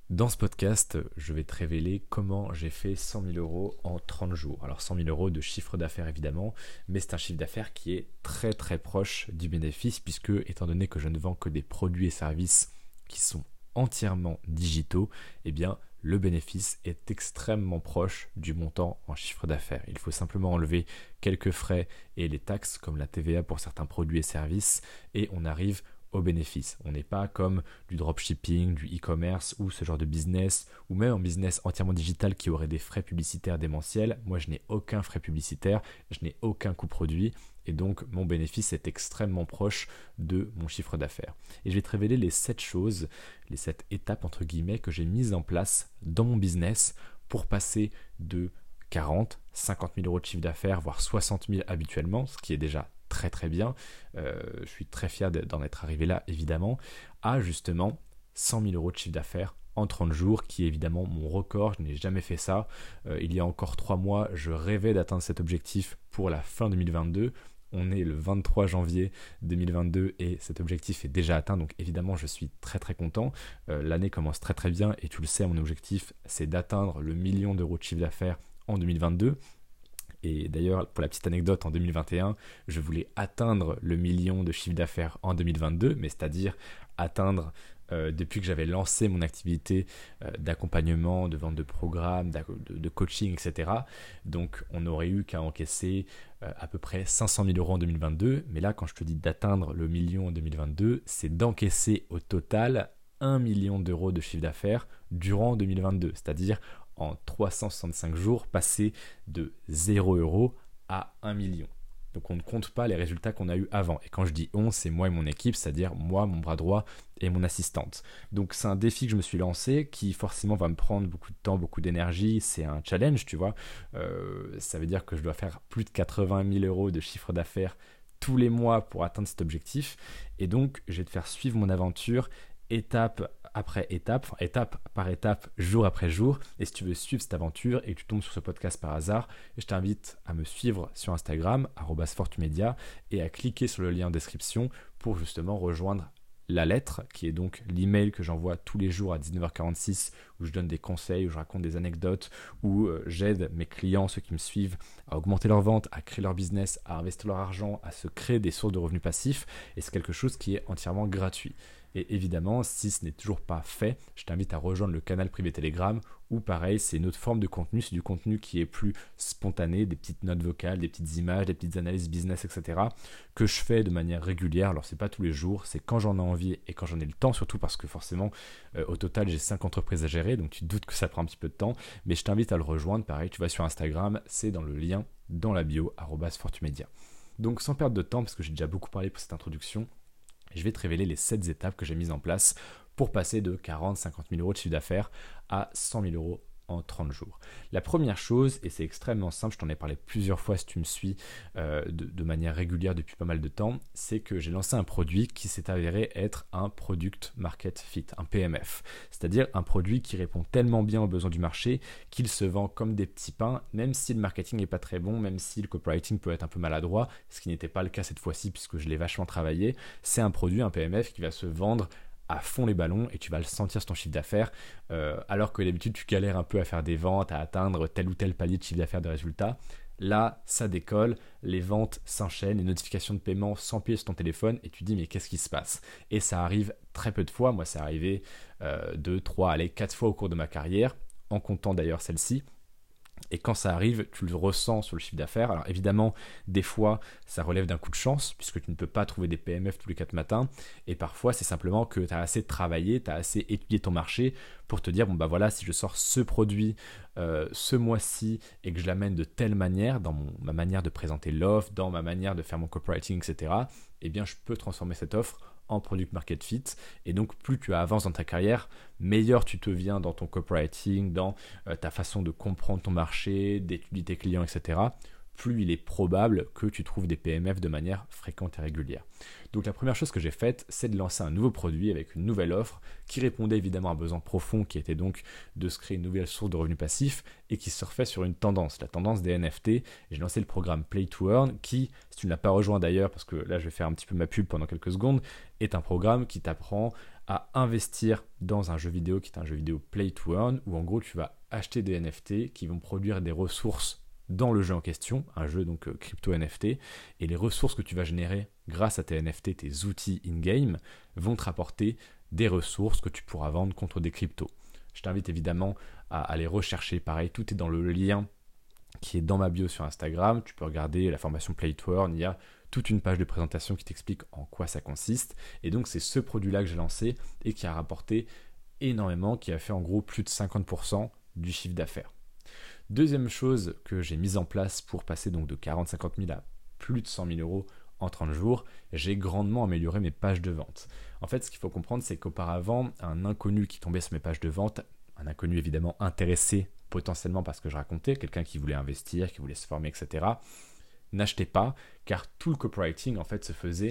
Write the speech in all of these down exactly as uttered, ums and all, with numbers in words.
Dans ce podcast, je vais te révéler comment j'ai fait cent mille euros en trente jours. Alors cent mille euros de chiffre d'affaires évidemment, mais c'est un chiffre d'affaires qui est très très proche du bénéfice puisque étant donné que je ne vends que des produits et services qui sont entièrement digitaux, eh bien le bénéfice est extrêmement proche du montant en chiffre d'affaires. Il faut simplement enlever quelques frais et les taxes comme la T V A pour certains produits et services et on arrive au bénéfice. On n'est pas comme du dropshipping, du e-commerce ou ce genre de business, ou même un business entièrement digital qui aurait des frais publicitaires démentiels. Moi, je n'ai aucun frais publicitaire, je n'ai aucun coût produit, et donc mon bénéfice est extrêmement proche de mon chiffre d'affaires. Et je vais te révéler les sept choses, les sept étapes entre guillemets que j'ai mises en place dans mon business pour passer de quarante, cinquante mille euros de chiffre d'affaires, voire soixante mille habituellement, ce qui est déjà très très bien, euh, je suis très fier d'en être arrivé là évidemment, à justement cent mille euros de chiffre d'affaires en trente jours, qui est évidemment mon record, je n'ai jamais fait ça. Euh, il y a encore trois mois, je rêvais d'atteindre cet objectif pour la fin deux mille vingt-deux, on est le vingt-trois janvier deux mille vingt-deux et cet objectif est déjà atteint, donc évidemment je suis très très content. Euh, l'année commence très très bien et tu le sais, mon objectif c'est d'atteindre le million d'euros de chiffre d'affaires en deux mille vingt-deux. Et d'ailleurs, pour la petite anecdote, en deux mille vingt et un, je voulais atteindre le million de chiffre d'affaires en deux mille vingt-deux, mais c'est-à-dire atteindre, euh, depuis que j'avais lancé mon activité euh, d'accompagnement, de vente de programmes, de, de coaching, et cetera. Donc, on n'aurait eu qu'à encaisser euh, à peu près cinq cent mille euros en deux mille vingt-deux. Mais là, quand je te dis d'atteindre le million en deux mille vingt-deux, c'est d'encaisser au total un million d'euros de chiffre d'affaires durant deux mille vingt-deux, c'est-à-dire en trois cent soixante-cinq jours, passer de zéro euro à un million. Donc on ne compte pas les résultats qu'on a eu avant. Et quand je dis on, c'est moi et mon équipe, c'est-à-dire moi, mon bras droit et mon assistante. Donc c'est un défi que je me suis lancé qui forcément va me prendre beaucoup de temps, beaucoup d'énergie. C'est un challenge, tu vois. Euh, ça veut dire que je dois faire plus de quatre-vingt mille euros de chiffre d'affaires tous les mois pour atteindre cet objectif. Et donc je vais te faire suivre mon aventure étape après étape, enfin, étape par étape, jour après jour. Et si tu veux suivre cette aventure et que tu tombes sur ce podcast par hasard, je t'invite à me suivre sur Instagram, arobase fortumedia, et à cliquer sur le lien en description pour justement rejoindre la lettre, qui est donc l'email que j'envoie tous les jours à dix-neuf heures quarante-six, où je donne des conseils, où je raconte des anecdotes, où euh, j'aide mes clients, ceux qui me suivent, à augmenter leurs ventes, à créer leur business, à investir leur argent, à se créer des sources de revenus passifs. Et c'est quelque chose qui est entièrement gratuit. Et évidemment, si ce n'est toujours pas fait, je t'invite à rejoindre le canal privé Telegram où pareil, c'est une autre forme de contenu, c'est du contenu qui est plus spontané, des petites notes vocales, des petites images, des petites analyses business, et cetera que je fais de manière régulière. Alors c'est pas tous les jours, c'est quand j'en ai envie et quand j'en ai le temps, surtout parce que forcément, euh, au total, j'ai cinq entreprises à gérer, donc tu te doutes que ça prend un petit peu de temps, mais je t'invite à le rejoindre. Pareil, tu vas sur Instagram, c'est dans le lien dans la bio, arobase fortumedia. Donc sans perdre de temps, parce que j'ai déjà beaucoup parlé pour cette introduction, je vais te révéler les sept étapes que j'ai mises en place pour passer de quarante à cinquante mille euros de chiffre d'affaires à cent mille euros en trente jours. La première chose, et c'est extrêmement simple, je t'en ai parlé plusieurs fois si tu me suis euh, de, de manière régulière depuis pas mal de temps, c'est que j'ai lancé un produit qui s'est avéré être un Product Market Fit, un P M F, c'est-à-dire un produit qui répond tellement bien aux besoins du marché qu'il se vend comme des petits pains, même si le marketing n'est pas très bon, même si le copywriting peut être un peu maladroit, ce qui n'était pas le cas cette fois-ci puisque je l'ai vachement travaillé. C'est un produit, un P M F qui va se vendre à fond les ballons et tu vas le sentir sur ton chiffre d'affaires, euh, alors que d'habitude tu galères un peu à faire des ventes, à atteindre tel ou tel palier de chiffre d'affaires de résultats. Là, ça décolle, les ventes s'enchaînent, les notifications de paiement s'empilent sur ton téléphone et tu te dis mais qu'est-ce qui se passe? Et ça arrive très peu de fois, moi ça arrivé euh, deux, trois, allez, quatre fois au cours de ma carrière, en comptant d'ailleurs celle-ci. Et quand ça arrive, tu le ressens sur le chiffre d'affaires. Alors évidemment, des fois, ça relève d'un coup de chance, puisque tu ne peux pas trouver des P M F tous les quatre matins. Et parfois, c'est simplement que tu as assez travaillé, tu as assez étudié ton marché pour te dire, bon bah voilà, si je sors ce produit euh, ce mois-ci et que je l'amène de telle manière, dans mon, ma manière de présenter l'offre, dans ma manière de faire mon copywriting, et cetera, eh bien je peux transformer cette offre en Product Market Fit. Et donc plus tu avances dans ta carrière, meilleur tu te viens dans ton copywriting, dans euh, ta façon de comprendre ton marché, d'étudier tes clients, et cetera, plus il est probable que tu trouves des P M F de manière fréquente et régulière. Donc la première chose que j'ai faite, c'est de lancer un nouveau produit avec une nouvelle offre qui répondait évidemment à un besoin profond qui était donc de se créer une nouvelle source de revenus passifs et qui surfait sur une tendance, la tendance des N F T. Et j'ai lancé le programme Play to Earn qui, si tu ne l'as pas rejoint d'ailleurs, parce que là je vais faire un petit peu ma pub pendant quelques secondes, est un programme qui t'apprend à investir dans un jeu vidéo qui est un jeu vidéo Play to Earn, où en gros tu vas acheter des N F T qui vont produire des ressources dans le jeu en question, un jeu donc crypto N F T, et les ressources que tu vas générer grâce à tes N F T, tes outils in-game, vont te rapporter des ressources que tu pourras vendre contre des cryptos. Je t'invite évidemment à aller rechercher, pareil, tout est dans le lien qui est dans ma bio sur Instagram. Tu peux regarder la formation Play to Earn, il y a toute une page de présentation qui t'explique en quoi ça consiste. Et donc c'est ce produit-là que j'ai lancé et qui a rapporté énormément, qui a fait en gros plus de cinquante pour cent du chiffre d'affaires. Deuxième chose que j'ai mise en place pour passer donc de quarante à cinquante mille à plus de cent mille euros en trente jours, j'ai grandement amélioré mes pages de vente. En fait, ce qu'il faut comprendre, c'est qu'auparavant, un inconnu qui tombait sur mes pages de vente, un inconnu évidemment intéressé potentiellement par ce que je racontais, quelqu'un qui voulait investir, qui voulait se former, et cetera, n'achetait pas, car tout le copywriting en fait se faisait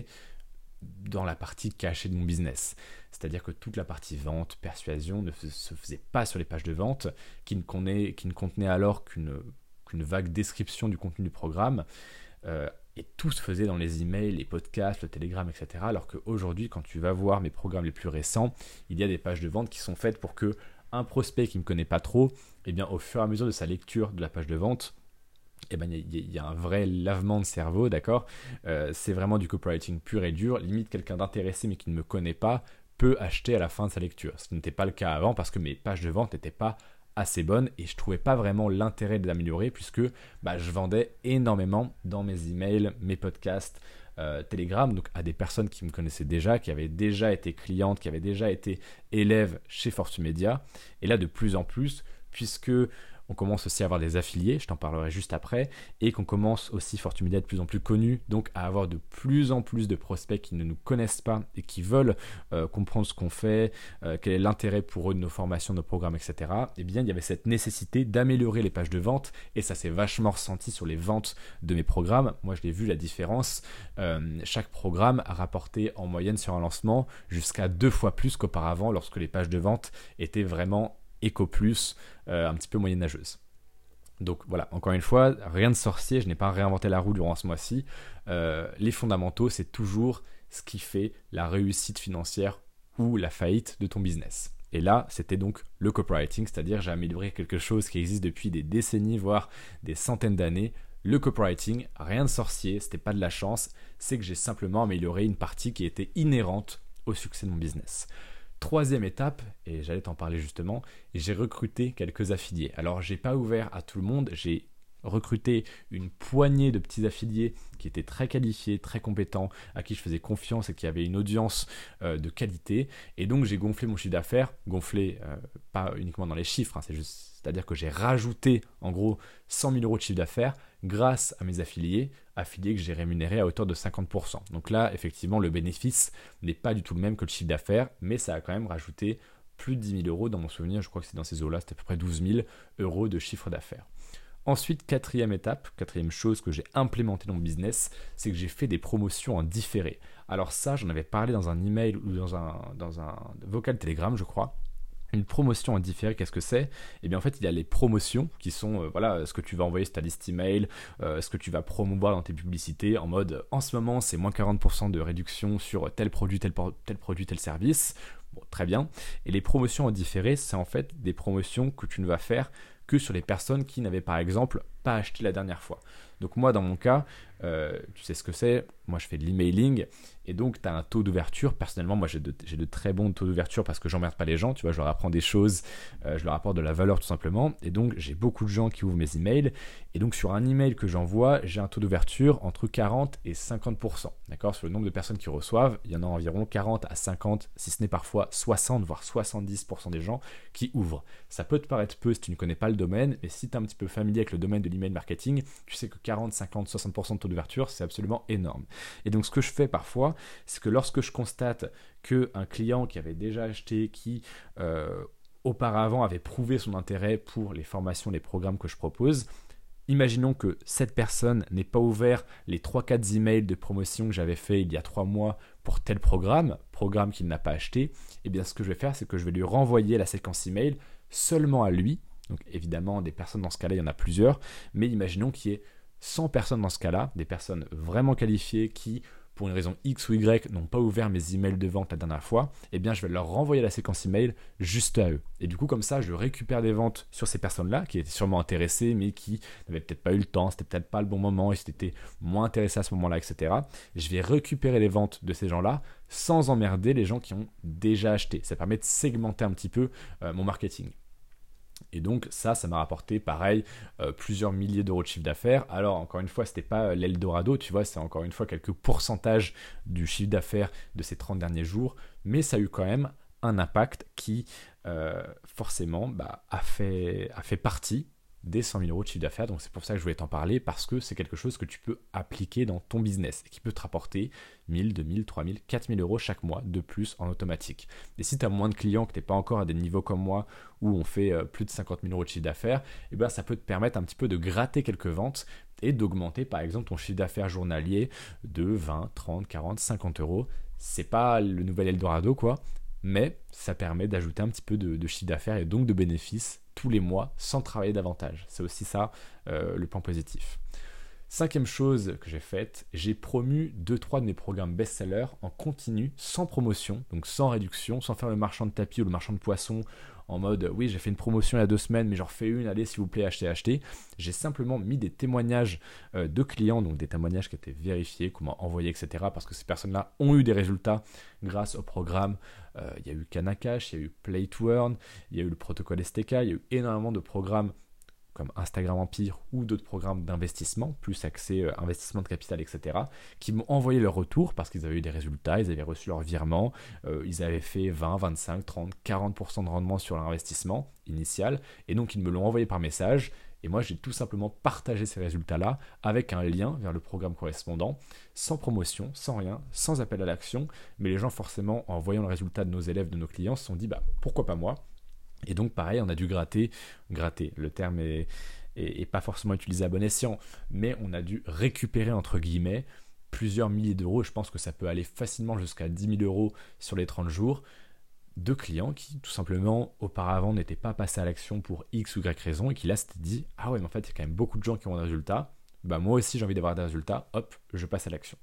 dans la partie cachée de mon business. C'est-à-dire que toute la partie vente, persuasion ne se faisait pas sur les pages de vente, qui ne contenaient, qui ne contenaient alors qu'une, qu'une vague description du contenu du programme, euh, et tout se faisait dans les emails, les podcasts, le Telegram, et cetera. Alors qu'aujourd'hui, quand tu vas voir mes programmes les plus récents, il y a des pages de vente qui sont faites pour que un prospect qui ne me connaît pas trop, eh bien, au fur et à mesure de sa lecture de la page de vente, eh ben, il y, y a un vrai lavement de cerveau, d'accord euh, c'est vraiment du copywriting pur et dur. Limite, quelqu'un d'intéressé mais qui ne me connaît pas peut acheter à la fin de sa lecture. Ce n'était pas le cas avant parce que mes pages de vente n'étaient pas assez bonnes et je ne trouvais pas vraiment l'intérêt de l'améliorer puisque bah, je vendais énormément dans mes emails, mes podcasts, euh, Telegram, donc à des personnes qui me connaissaient déjà, qui avaient déjà été clientes, qui avaient déjà été élèves chez Fortune Media. Et là, de plus en plus, puisque on commence aussi à avoir des affiliés, je t'en parlerai juste après, et qu'on commence aussi Fortune Media de plus en plus connu, donc à avoir de plus en plus de prospects qui ne nous connaissent pas et qui veulent euh, comprendre ce qu'on fait, euh, quel est l'intérêt pour eux de nos formations, de nos programmes, et cetera. Eh bien, il y avait cette nécessité d'améliorer les pages de vente, et ça s'est vachement ressenti sur les ventes de mes programmes. Moi, je l'ai vu la différence. Euh, chaque programme a rapporté en moyenne sur un lancement jusqu'à deux fois plus qu'auparavant, lorsque les pages de vente étaient vraiment Eco Plus, euh, un petit peu moyenâgeuse. Donc voilà, encore une fois, rien de sorcier, je n'ai pas réinventé la roue durant ce mois-ci. Euh, les fondamentaux, c'est toujours ce qui fait la réussite financière ou la faillite de ton business. Et là, c'était donc le copywriting, c'est-à-dire j'ai amélioré quelque chose qui existe depuis des décennies, voire des centaines d'années. Le copywriting, rien de sorcier, c'était pas de la chance, c'est que j'ai simplement amélioré une partie qui était inhérente au succès de mon business. Troisième étape, et j'allais t'en parler justement, j'ai recruté quelques affiliés. Alors, j'ai pas ouvert à tout le monde, j'ai recruté une poignée de petits affiliés qui étaient très qualifiés, très compétents, à qui je faisais confiance et qui avaient une audience euh, de qualité. Et donc, j'ai gonflé mon chiffre d'affaires, gonflé euh, pas uniquement dans les chiffres, hein, c'est juste, c'est-à-dire que j'ai rajouté en gros cent mille euros de chiffre d'affaires grâce à mes affiliés, affiliés que j'ai rémunérés à hauteur de cinquante pour cent. Donc là, effectivement, le bénéfice n'est pas du tout le même que le chiffre d'affaires, mais ça a quand même rajouté plus de dix mille euros dans mon souvenir. Je crois que c'est dans ces eaux-là, c'était à peu près douze mille euros de chiffre d'affaires. Ensuite, quatrième étape, quatrième chose que j'ai implémentée dans mon business, c'est que j'ai fait des promotions en différé. Alors ça, j'en avais parlé dans un email ou dans un, dans un vocal Telegram, je crois. Une promotion en différé, qu'est-ce que c'est ? Eh bien en fait, il y a les promotions qui sont euh, voilà, ce que tu vas envoyer sur ta liste email, euh, ce que tu vas promouvoir dans tes publicités en mode en ce moment c'est moins quarante pour cent de réduction sur tel produit, tel, tel produit, tel service. Bon, très bien. Et les promotions en différé, c'est en fait des promotions que tu ne vas faire que sur les personnes qui n'avaient par exemple pas acheté la dernière fois. Donc moi dans mon cas, euh, tu sais ce que c'est, moi je fais de l'emailing et donc tu as un taux d'ouverture. Personnellement, moi j'ai de, j'ai de très bons taux d'ouverture parce que j'emmerde pas les gens, tu vois, je leur apprends des choses, euh, je leur apporte de la valeur tout simplement et donc j'ai beaucoup de gens qui ouvrent mes emails et donc sur un email que j'envoie, j'ai un taux d'ouverture entre quarante et cinquante pour cent, d'accord ? Sur le nombre de personnes qui reçoivent, il y en a environ quarante à cinquante, si ce n'est parfois soixante voire soixante-dix pour cent des gens qui ouvrent. Ça peut te paraître peu si tu ne connais pas le domaine, mais si tu es un petit peu familier avec le domaine de l'email marketing, tu sais que quarante, cinquante, soixante pour cent de taux d'ouverture, c'est absolument énorme. Et donc ce que je fais parfois, c'est que lorsque je constate qu'un client qui avait déjà acheté, qui euh, auparavant avait prouvé son intérêt pour les formations, les programmes que je propose, imaginons que cette personne n'ait pas ouvert les trois quatre emails de promotion que j'avais fait il y a trois mois pour tel programme, programme qu'il n'a pas acheté, et bien ce que je vais faire, c'est que je vais lui renvoyer la séquence email seulement à lui. Donc évidemment, des personnes dans ce cas-là, il y en a plusieurs, mais imaginons qu'il y ait cent personnes dans ce cas-là, des personnes vraiment qualifiées qui pour une raison X ou Y, n'ont pas ouvert mes emails de vente la dernière fois, eh bien, je vais leur renvoyer la séquence email juste à eux. Et du coup, comme ça, je récupère des ventes sur ces personnes-là qui étaient sûrement intéressées, mais qui n'avaient peut-être pas eu le temps, c'était peut-être pas le bon moment, ils étaient moins intéressés à ce moment-là, et cetera. Et je vais récupérer les ventes de ces gens-là sans emmerder les gens qui ont déjà acheté. Ça permet de segmenter un petit peu euh, mon marketing. Et donc ça, ça m'a rapporté pareil euh, plusieurs milliers d'euros de chiffre d'affaires. Alors encore une fois, c'était pas l'Eldorado, tu vois, c'est encore une fois quelques pourcentages du chiffre d'affaires de ces trente derniers jours, mais ça a eu quand même un impact qui euh, forcément bah, a, fait, a fait partie des cent mille euros de chiffre d'affaires. Donc c'est pour ça que je voulais t'en parler, parce que c'est quelque chose que tu peux appliquer dans ton business et qui peut te rapporter mille, deux mille, trois mille, quatre mille euros chaque mois de plus en automatique. Et si tu as moins de clients, que tu n'es pas encore à des niveaux comme moi où on fait euh, plus de cinquante mille euros de chiffre d'affaires, et ben ça peut te permettre un petit peu de gratter quelques ventes et d'augmenter par exemple ton chiffre d'affaires journalier de vingt, trente, quarante, cinquante euros. C'est pas le nouvel Eldorado quoi, mais ça permet d'ajouter un petit peu de, de chiffre d'affaires et donc de bénéfices tous les mois sans travailler davantage. C'est aussi ça euh, le point positif. Cinquième chose que j'ai faite, j'ai promu deux trois de mes programmes best-sellers en continu, sans promotion, donc sans réduction, sans faire le marchand de tapis ou le marchand de poissons en mode oui j'ai fait une promotion il y a deux semaines mais j'en refais une, allez s'il vous plaît achetez, achetez. J'ai simplement mis des témoignages euh, de clients, donc des témoignages qui étaient vérifiés, qu'on m'a envoyé, et cetera. Parce que ces personnes-là ont eu des résultats grâce au programme. Euh, il y a eu Canacash, il y a eu Play to Earn, il y a eu le protocole S T K, il y a eu énormément de programmes comme Instagram Empire ou d'autres programmes d'investissement, plus axés euh, investissement de capital, et cetera, qui m'ont envoyé leur retour parce qu'ils avaient eu des résultats, ils avaient reçu leur virement, euh, ils avaient fait vingt, vingt-cinq, trente, quarante pour cent de rendement sur leur investissement initial, et donc ils me l'ont envoyé par message, et moi j'ai tout simplement partagé ces résultats-là avec un lien vers le programme correspondant, sans promotion, sans rien, sans appel à l'action, mais les gens forcément, en voyant le résultat de nos élèves, de nos clients, se sont dit bah pourquoi pas moi. Et donc pareil, on a dû gratter, gratter, le terme est, est, est pas forcément utilisé à bon escient, mais on a dû récupérer entre guillemets plusieurs milliers d'euros, je pense que ça peut aller facilement jusqu'à dix mille euros sur les trente jours, de clients qui tout simplement auparavant n'étaient pas passés à l'action pour X ou Y raison et qui là s'étaient dit ah ouais mais en fait il y a quand même beaucoup de gens qui ont des résultats, bah moi aussi j'ai envie d'avoir des résultats, hop, je passe à l'action.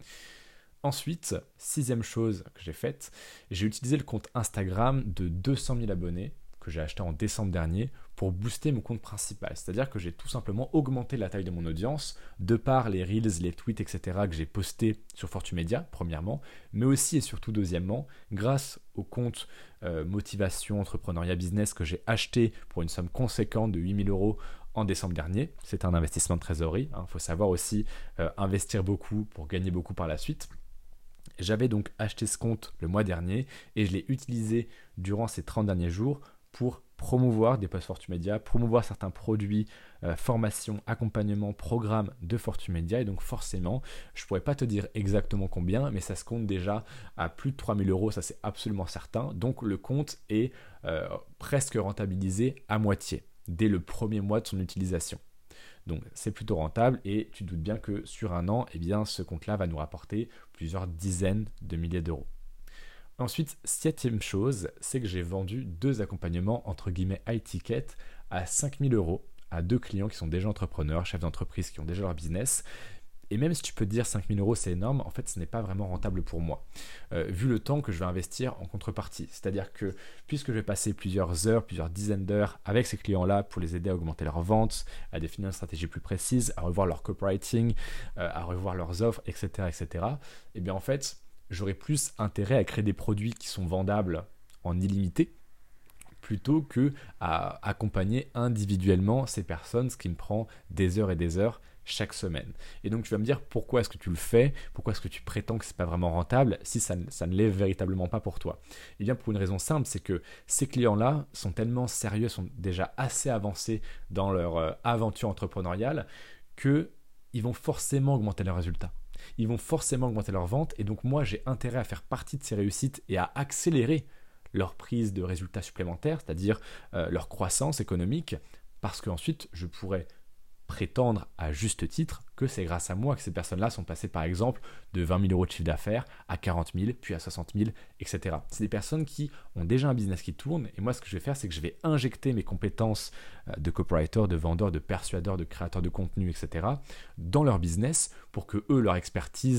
Ensuite, sixième chose que j'ai faite, j'ai utilisé le compte Instagram de deux cent mille abonnés que j'ai acheté en décembre dernier pour booster mon compte principal. C'est-à-dire que j'ai tout simplement augmenté la taille de mon audience de par les reels, les tweets, et cetera que j'ai postés sur Fortumedia, premièrement, mais aussi et surtout deuxièmement, grâce au compte euh, Motivation Entrepreneuriat Business que j'ai acheté pour une somme conséquente de huit mille euros en décembre dernier. C'est un investissement de trésorerie. Il hein. faut savoir aussi euh, investir beaucoup pour gagner beaucoup par la suite. J'avais donc acheté ce compte le mois dernier et je l'ai utilisé durant ces trente derniers jours pour promouvoir des posts Fortumedia, promouvoir certains produits, euh, formations, accompagnement, programmes de Fortumedia. Et donc forcément, je ne pourrais pas te dire exactement combien, mais ça se compte déjà à plus de trois mille euros, ça c'est absolument certain. Donc le compte est euh, presque rentabilisé à moitié dès le premier mois de son utilisation. Donc c'est plutôt rentable et tu te doutes bien que sur un an, eh bien, ce compte-là va nous rapporter plusieurs dizaines de milliers d'euros. Ensuite, septième chose, c'est que j'ai vendu deux accompagnements entre guillemets high ticket à cinq mille euros à deux clients qui sont déjà entrepreneurs, chefs d'entreprise qui ont déjà leur business. Et même si tu peux te dire cinq mille euros c'est énorme, en fait ce n'est pas vraiment rentable pour moi, euh, vu le temps que je vais investir en contrepartie. C'est-à-dire que puisque je vais passer plusieurs heures, plusieurs dizaines d'heures avec ces clients-là pour les aider à augmenter leurs ventes, à définir une stratégie plus précise, à revoir leur copywriting, euh, à revoir leurs offres, et cetera, et cetera, et bien en fait j'aurais plus intérêt à créer des produits qui sont vendables en illimité, plutôt que à accompagner individuellement ces personnes, ce qui me prend des heures et des heures chaque semaine. Et donc tu vas me dire pourquoi est-ce que tu le fais, pourquoi est-ce que tu prétends que c'est pas vraiment rentable si ça, ça ne l'est véritablement pas pour toi. Et bien pour une raison simple, c'est que ces clients-là sont tellement sérieux, sont déjà assez avancés dans leur euh, aventure entrepreneuriale que ils vont forcément augmenter leurs résultats. Ils vont forcément augmenter leurs ventes et donc moi j'ai intérêt à faire partie de ces réussites et à accélérer leur prise de résultats supplémentaires, c'est-à-dire euh, leur croissance économique, parce qu'ensuite je pourrais prétendre à juste titre que c'est grâce à moi que ces personnes-là sont passées par exemple de vingt mille euros de chiffre d'affaires à quarante mille, puis à soixante mille, et cetera. C'est des personnes qui ont déjà un business qui tourne et moi ce que je vais faire c'est que je vais injecter mes compétences de copywriter, de vendeur, de persuadeur, de créateur de contenu, et cetera dans leur business pour que eux, leur expertise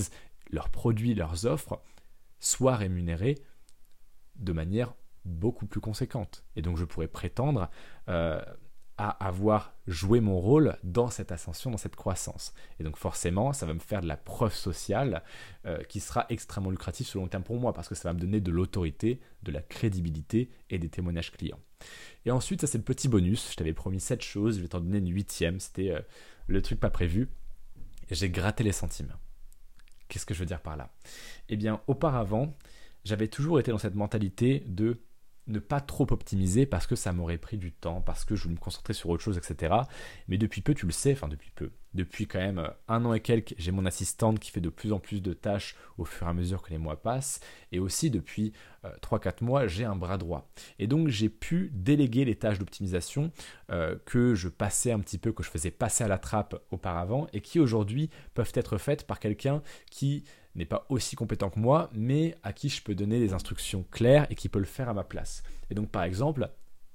leurs produits, leurs offres soient rémunérés de manière beaucoup plus conséquente. Et donc je pourrais prétendre euh, à avoir joué mon rôle dans cette ascension, dans cette croissance. Et donc forcément, ça va me faire de la preuve sociale euh, qui sera extrêmement lucrative sur le long terme pour moi, parce que ça va me donner de l'autorité, de la crédibilité et des témoignages clients. Et ensuite, ça c'est le petit bonus, je t'avais promis sept choses, je vais t'en donner une huitième, c'était euh, le truc pas prévu. J'ai gratté les centimes. Qu'est-ce que je veux dire par là ? Eh bien, auparavant, j'avais toujours été dans cette mentalité de ne pas trop optimiser parce que ça m'aurait pris du temps, parce que je voulais me concentrer sur autre chose, et cetera. Mais depuis peu, tu le sais, enfin depuis peu, depuis quand même un an et quelques, j'ai mon assistante qui fait de plus en plus de tâches au fur et à mesure que les mois passent. Et aussi depuis euh, trois quatre mois, j'ai un bras droit. Et donc j'ai pu déléguer les tâches d'optimisation euh, que je passais un petit peu, que je faisais passer à la trappe auparavant et qui aujourd'hui peuvent être faites par quelqu'un qui n'est pas aussi compétent que moi, mais à qui je peux donner des instructions claires et qui peut le faire à ma place. Et donc par exemple,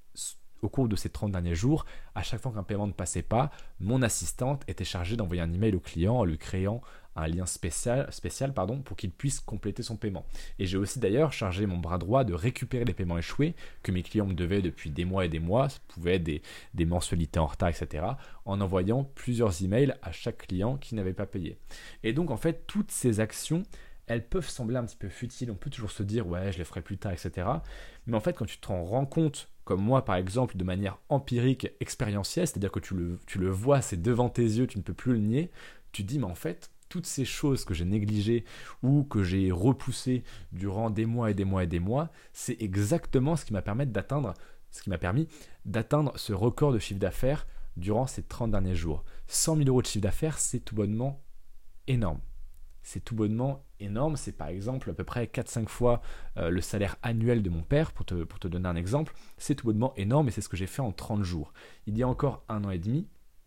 au cours de ces trente derniers jours, à chaque fois qu'un paiement ne passait pas, mon assistante était chargée d'envoyer un email au client en lui créant un lien spécial, spécial pardon, pour qu'il puisse compléter son paiement. Et j'ai aussi d'ailleurs chargé mon bras droit de récupérer les paiements échoués que mes clients me devaient depuis des mois et des mois, ça pouvait être des, des mensualités en retard, et cetera, en envoyant plusieurs emails à chaque client qui n'avait pas payé. Et donc en fait, toutes ces actions, elles peuvent sembler un petit peu futiles, on peut toujours se dire « ouais, je les ferai plus tard, et cetera » Mais en fait, quand tu te rends compte, comme moi par exemple, de manière empirique, expérientielle, c'est-à-dire que tu le, tu le vois, c'est devant tes yeux, tu ne peux plus le nier, tu te dis « mais en fait, toutes ces choses que j'ai négligées ou que j'ai repoussées durant des mois et des mois et des mois, c'est exactement ce qui m'a permis d'atteindre, ce qui m'a permis d'atteindre ce record de chiffre d'affaires durant ces trente derniers jours. cent mille euros de chiffre d'affaires, c'est tout bonnement énorme. C'est tout bonnement énorme, c'est par exemple à peu près quatre à cinq fois euh, le salaire annuel de mon père, pour te, pour te donner un exemple. C'est tout bonnement énorme et c'est ce que j'ai fait en trente jours. Il y a encore un an et demi,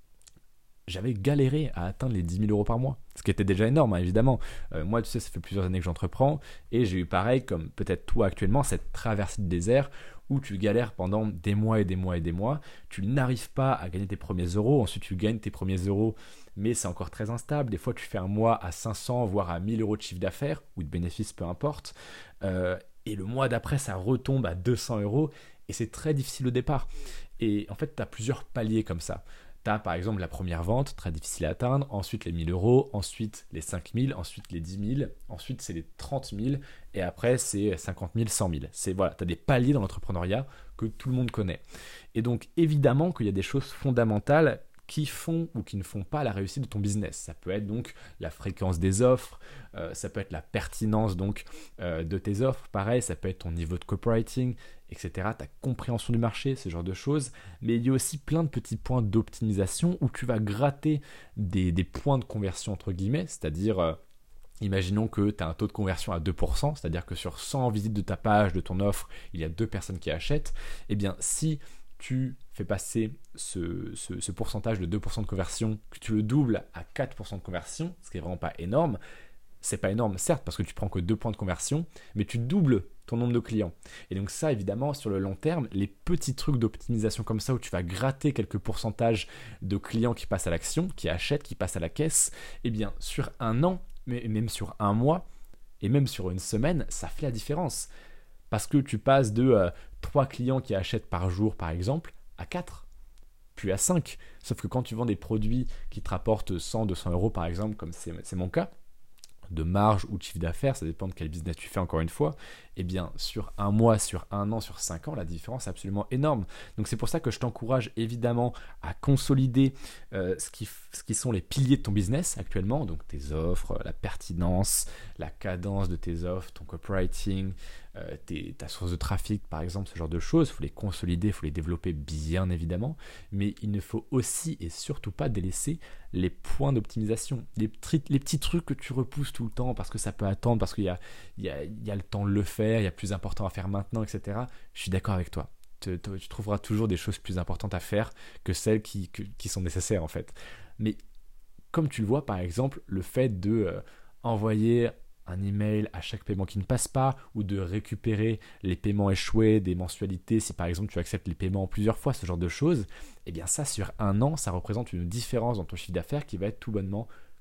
j'avais galéré à atteindre les dix mille euros par mois, ce qui était déjà énorme, hein, évidemment. Euh, moi, tu sais, ça fait plusieurs années que j'entreprends et j'ai eu pareil, comme peut-être toi actuellement, cette traversée de désert où tu galères pendant des mois et des mois et des mois. Tu n'arrives pas à gagner tes premiers euros, ensuite tu gagnes tes premiers euros, mais c'est encore très instable. Des fois, tu fais un mois à cinq cents, voire à mille euros de chiffre d'affaires ou de bénéfices, peu importe. Euh, et le mois d'après, ça retombe à deux cents euros et c'est très difficile au départ. Et en fait, tu as plusieurs paliers comme ça. Tu as par exemple la première vente, très difficile à atteindre, ensuite les mille euros, ensuite les cinq mille, ensuite les dix mille, ensuite c'est les trente mille, et après c'est cinquante mille, cent mille. C'est, voilà, tu as des paliers dans l'entrepreneuriat que tout le monde connaît. Et donc évidemment qu'il y a des choses fondamentales qui font ou qui ne font pas la réussite de ton business. Ça peut être donc la fréquence des offres, euh, ça peut être la pertinence donc euh, de tes offres, pareil, ça peut être ton niveau de copywriting, et cetera, ta compréhension du marché, ce genre de choses. Mais il y a aussi plein de petits points d'optimisation où tu vas gratter des, des points de conversion entre guillemets, c'est-à-dire euh, imaginons que tu as un taux de conversion à deux pour cent, c'est-à-dire que sur cent visites de ta page, de ton offre, il y a deux personnes qui achètent. Eh bien, si tu fais passer ce, ce, ce pourcentage de deux pour cent de conversion, que tu le doubles à quatre pour cent de conversion, ce qui est vraiment pas énorme, c'est pas énorme certes parce que tu prends que deux points de conversion, mais tu doubles ton nombre de clients. Et donc ça évidemment sur le long terme, les petits trucs d'optimisation comme ça où tu vas gratter quelques pourcentages de clients qui passent à l'action, qui achètent, qui passent à la caisse, eh bien sur un an, mais même sur un mois, et même sur une semaine, ça fait la différence. Parce que tu passes de euh, trois clients qui achètent par jour, par exemple, à quatre, puis à cinq. Sauf que quand tu vends des produits qui te rapportent cent, deux cents euros, par exemple, comme c'est, c'est mon cas, de marge ou de chiffre d'affaires, ça dépend de quel business tu fais encore une fois, eh bien sur un mois, sur un an, sur cinq ans, la différence est absolument énorme. Donc c'est pour ça que je t'encourage évidemment à consolider euh, ce, qui, ce qui sont les piliers de ton business actuellement, donc tes offres, la pertinence, la cadence de tes offres, ton copywriting, euh, tes, ta source de trafic par exemple, ce genre de choses. Il faut les consolider, il faut les développer bien évidemment, mais il ne faut aussi et surtout pas délaisser les points d'optimisation, les, tri- les petits trucs que tu repousses tout le temps parce que ça peut attendre, parce qu'il y a, il y a, il y a le temps de le faire, il y a plus important à faire maintenant, et cetera. Je suis d'accord avec toi. Tu, tu, tu trouveras toujours des choses plus importantes à faire que celles qui, que, qui sont nécessaires en fait. Mais comme tu le vois par exemple, le fait de euh, envoyer un email à chaque paiement qui ne passe pas ou de récupérer les paiements échoués des mensualités si par exemple tu acceptes les paiements en plusieurs fois, ce genre de choses, eh bien ça sur un an, ça représente une différence dans ton chiffre d'affaires qui va être tout bonnement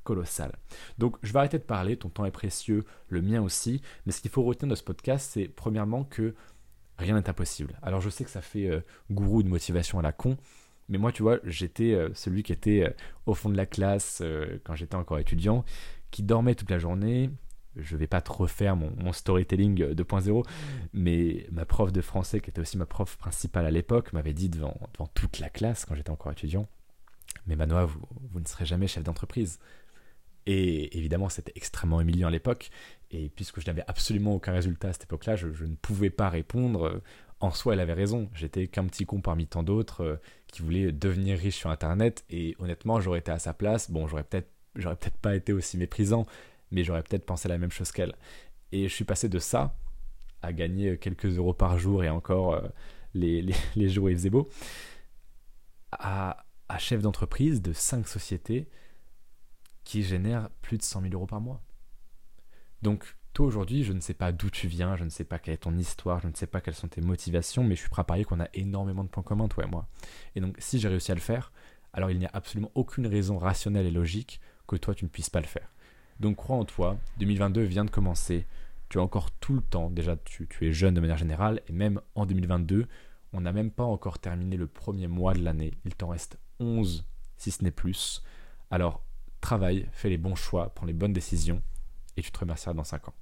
colossal. Donc je vais arrêter de parler, ton temps est précieux, le mien aussi, mais ce qu'il faut retenir de ce podcast, c'est premièrement que rien n'est impossible. Alors je sais que ça fait euh, gourou de motivation à la con, mais moi tu vois, j'étais euh, celui qui était euh, au fond de la classe euh, quand j'étais encore étudiant, qui dormait toute la journée. Je vais pas trop refaire mon, mon storytelling deux point zéro, mais ma prof de français, qui était aussi ma prof principale à l'époque, m'avait dit devant, devant toute la classe quand j'étais encore étudiant, mais Manoa, vous, vous ne serez jamais chef d'entreprise. Et évidemment, c'était extrêmement humiliant à l'époque. Et puisque je n'avais absolument aucun résultat à cette époque-là, je, je ne pouvais pas répondre. En soi, elle avait raison. J'étais qu'un petit con parmi tant d'autres euh, qui voulaient devenir riche sur Internet. Et honnêtement, j'aurais été à sa place. Bon, j'aurais peut-être, j'aurais peut-être pas été aussi méprisant, mais j'aurais peut-être pensé la même chose qu'elle. Et je suis passé de ça à gagner quelques euros par jour et encore euh, les, les, les jours où il faisait beau, à, à chef d'entreprise de cinq sociétés qui génère plus de cent mille euros par mois. Donc, toi aujourd'hui, je ne sais pas d'où tu viens, je ne sais pas quelle est ton histoire, je ne sais pas quelles sont tes motivations, mais je suis prêt à parier qu'on a énormément de points communs, toi et moi. Et donc, si j'ai réussi à le faire, alors il n'y a absolument aucune raison rationnelle et logique que toi, tu ne puisses pas le faire. Donc, crois en toi, deux mille vingt-deux vient de commencer, tu as encore tout le temps, déjà tu, tu es jeune de manière générale, et même en deux mille vingt-deux, on n'a même pas encore terminé le premier mois de l'année, il t'en reste onze, si ce n'est plus. Alors, travaille, fais les bons choix, prends les bonnes décisions et tu te remercieras dans cinq ans.